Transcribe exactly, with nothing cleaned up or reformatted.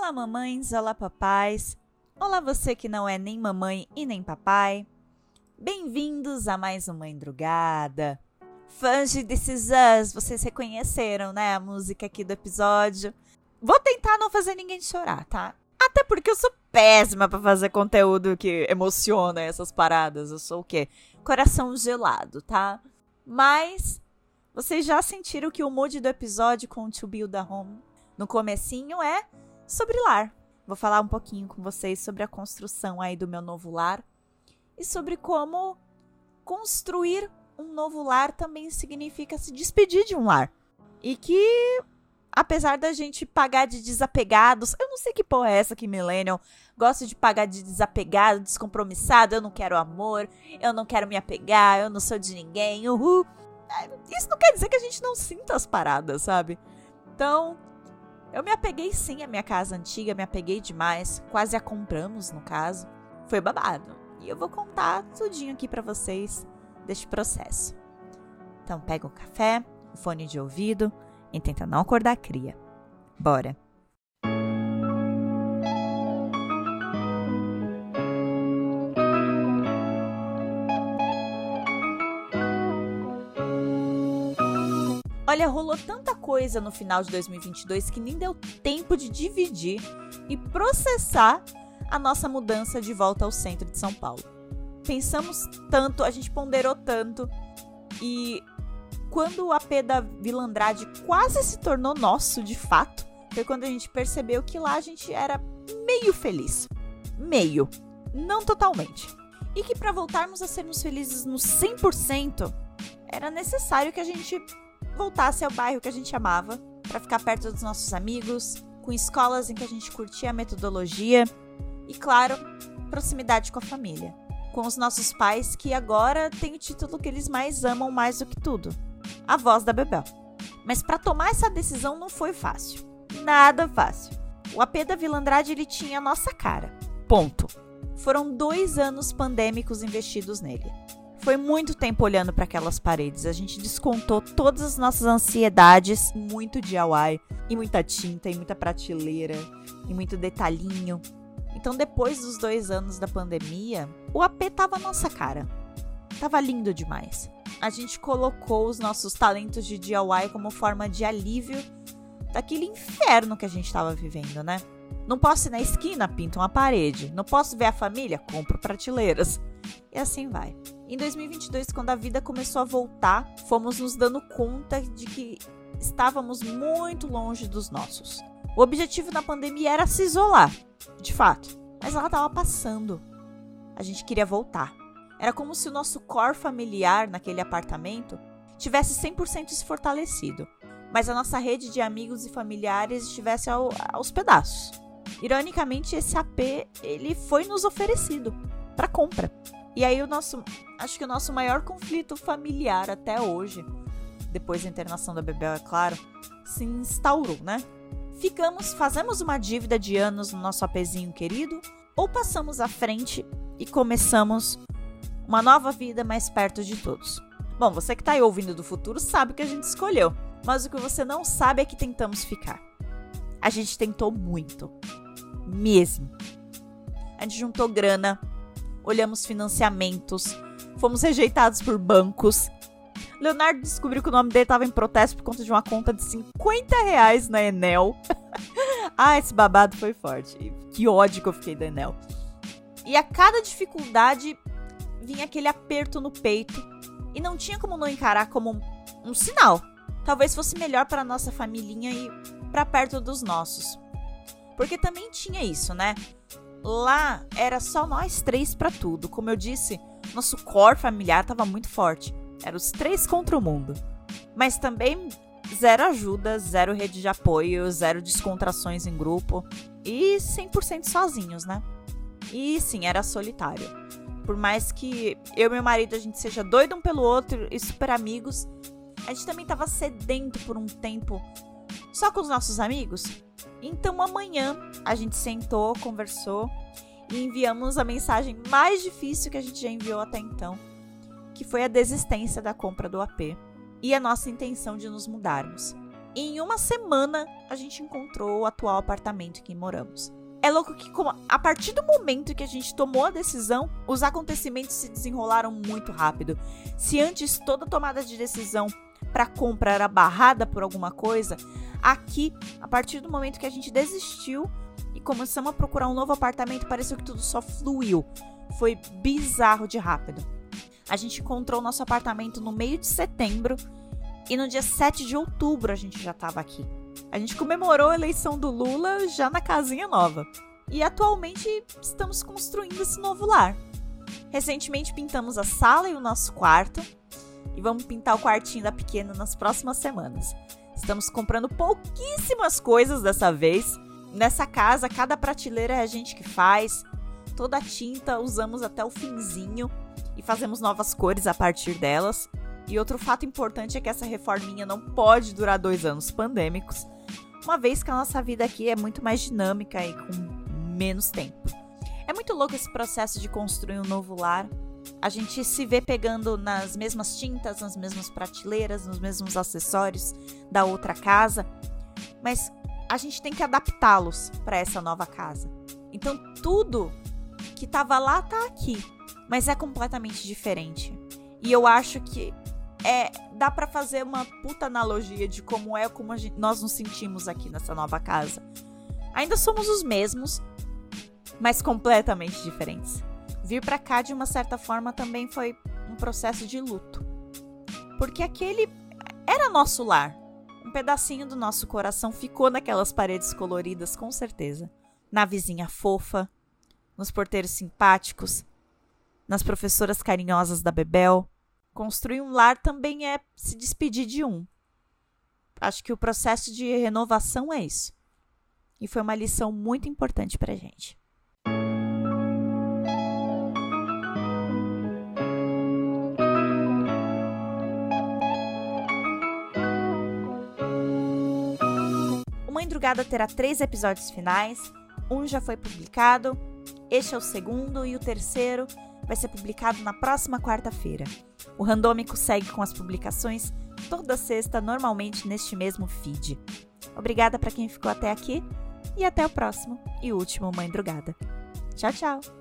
Olá mamães, olá papais, olá você que não é nem mamãe e nem papai. Bem-vindos a mais uma Mãe Drugada. Fãs de This Is Us, vocês reconheceram, né, a música aqui do episódio. Vou tentar não fazer ninguém chorar, tá? Até porque eu sou péssima pra fazer conteúdo que emociona essas paradas. Eu sou o quê? Coração gelado, tá? Mas vocês já sentiram que o mood do episódio com To Build a Home no comecinho é sobre lar. Vou falar um pouquinho com vocês sobre a construção aí do meu novo lar e sobre como construir um novo lar também significa se despedir de um lar. E que, apesar da gente pagar de desapegados, eu não sei que porra é essa que millennial gosta de pagar de desapegado, descompromissado, eu não quero amor, eu não quero me apegar, eu não sou de ninguém, uhul. Isso não quer dizer que a gente não sinta as paradas, sabe? Então, eu me apeguei sim à minha casa antiga, me apeguei demais, quase a compramos no caso. Foi babado. E eu vou contar tudinho aqui pra vocês deste processo. Então pega o café, o fone de ouvido e tenta não acordar a cria. Bora! Olha, rolou tanta coisa no final de dois mil e vinte e dois que nem deu tempo de dividir e processar a nossa mudança de volta ao centro de São Paulo. Pensamos tanto, a gente ponderou tanto e quando o A P da Vila Andrade quase se tornou nosso de fato, foi quando a gente percebeu que lá a gente era meio feliz. Meio. Não totalmente. E que para voltarmos a sermos felizes no cem por cento, era necessário que a gente voltasse ao bairro que a gente amava, para ficar perto dos nossos amigos, com escolas em que a gente curtia a metodologia e, claro, proximidade com a família. Com os nossos pais que agora têm o título que eles mais amam mais do que tudo, a voz da Bebel. Mas para tomar essa decisão não foi fácil. Nada fácil. O A P da Vila Andrade ele tinha a nossa cara. Ponto. Foram dois anos pandêmicos investidos nele. Foi muito tempo olhando para aquelas paredes. A gente descontou todas as nossas ansiedades, muito D I Y, e muita tinta, e muita prateleira, e muito detalhinho. Então, depois dos dois anos da pandemia, o A P tava à nossa cara. Tava lindo demais. A gente colocou os nossos talentos de D I Y como forma de alívio daquele inferno que a gente tava vivendo, né? Não posso ir na esquina, pinto uma parede. Não posso ver a família, compro prateleiras. E assim vai. Em dois mil e vinte e dois, quando a vida começou a voltar, fomos nos dando conta de que estávamos muito longe dos nossos. O objetivo na pandemia era se isolar, de fato, mas ela estava passando. A gente queria voltar. Era como se o nosso core familiar naquele apartamento tivesse cem por cento se fortalecido, mas a nossa rede de amigos e familiares estivesse ao, aos pedaços. Ironicamente, esse A P ele foi nos oferecido para compra. E aí o nosso, acho que o nosso maior conflito familiar até hoje, depois da internação da Bebel, é claro, se instaurou, né? Ficamos, fazemos uma dívida de anos no nosso APzinho querido, ou passamos à frente e começamos uma nova vida mais perto de todos? Bom, você que tá aí ouvindo do futuro sabe o que a gente escolheu, mas o que você não sabe é que tentamos ficar. A gente tentou muito. Mesmo. A gente juntou grana, olhamos financiamentos, fomos rejeitados por bancos. Leonardo descobriu que o nome dele estava em protesto por conta de uma conta de cinquenta reais na Enel. Ah, esse babado foi forte. Que ódio que eu fiquei da Enel. E a cada dificuldade vinha aquele aperto no peito. E não tinha como não encarar como um, um sinal. Talvez fosse melhor para nossa familhinha ir para perto dos nossos. Porque também tinha isso, né? Lá era só nós três para tudo. Como eu disse, nosso core familiar estava muito forte. Era os três contra o mundo. Mas também zero ajuda, zero rede de apoio, zero descontrações em grupo. E cem por cento sozinhos, né? E sim, era solitário. Por mais que eu e meu marido, a gente seja doido um pelo outro e super amigos, a gente também estava sedento por um tempo só com os nossos amigos. Então amanhã a gente sentou, conversou e enviamos a mensagem mais difícil que a gente já enviou até então, que foi a desistência da compra do A P e a nossa intenção de nos mudarmos. E em uma semana, a gente encontrou o atual apartamento em que moramos. É louco que, como, a partir do momento que a gente tomou a decisão, os acontecimentos se desenrolaram muito rápido. Se antes toda tomada de decisão para compra era barrada por alguma coisa, aqui, a partir do momento que a gente desistiu e começamos a procurar um novo apartamento, pareceu que tudo só fluiu. Foi bizarro de rápido. A gente encontrou o nosso apartamento no meio de setembro e no dia sete de outubro a gente já estava aqui. A gente comemorou a eleição do Lula já na casinha nova. E atualmente estamos construindo esse novo lar. Recentemente pintamos a sala e o nosso quarto. E vamos pintar o quartinho da pequena nas próximas semanas. Estamos comprando pouquíssimas coisas dessa vez. Nessa casa, cada prateleira é a gente que faz. Toda a tinta usamos até o finzinho. E fazemos novas cores a partir delas. E outro fato importante é que essa reforminha não pode durar dois anos pandêmicos, uma vez que a nossa vida aqui é muito mais dinâmica e com menos tempo. É muito louco esse processo de construir um novo lar. A gente se vê pegando nas mesmas tintas, nas mesmas prateleiras, nos mesmos acessórios da outra casa, mas a gente tem que adaptá-los para essa nova casa. Então tudo que estava lá está aqui, mas é completamente diferente. E eu acho que É, dá pra fazer uma puta analogia de como é como a gente, nós nos sentimos aqui nessa nova casa. Ainda somos os mesmos, mas completamente diferentes. Vir pra cá, de uma certa forma, também foi um processo de luto. Porque aquele era nosso lar. Um pedacinho do nosso coração ficou naquelas paredes coloridas, com certeza. Na vizinha fofa, nos porteiros simpáticos, nas professoras carinhosas da Bebel. Construir um lar também é se despedir de um. Acho que o processo de renovação é isso. E foi uma lição muito importante pra gente. O Mãe Drugada terá três episódios finais. Um já foi publicado. Este é o segundo e o terceiro vai ser publicado na próxima quarta-feira. O Randômico segue com as publicações toda sexta, normalmente neste mesmo feed. Obrigada para quem ficou até aqui e até o próximo e último Mãe Drugada. Tchau, tchau!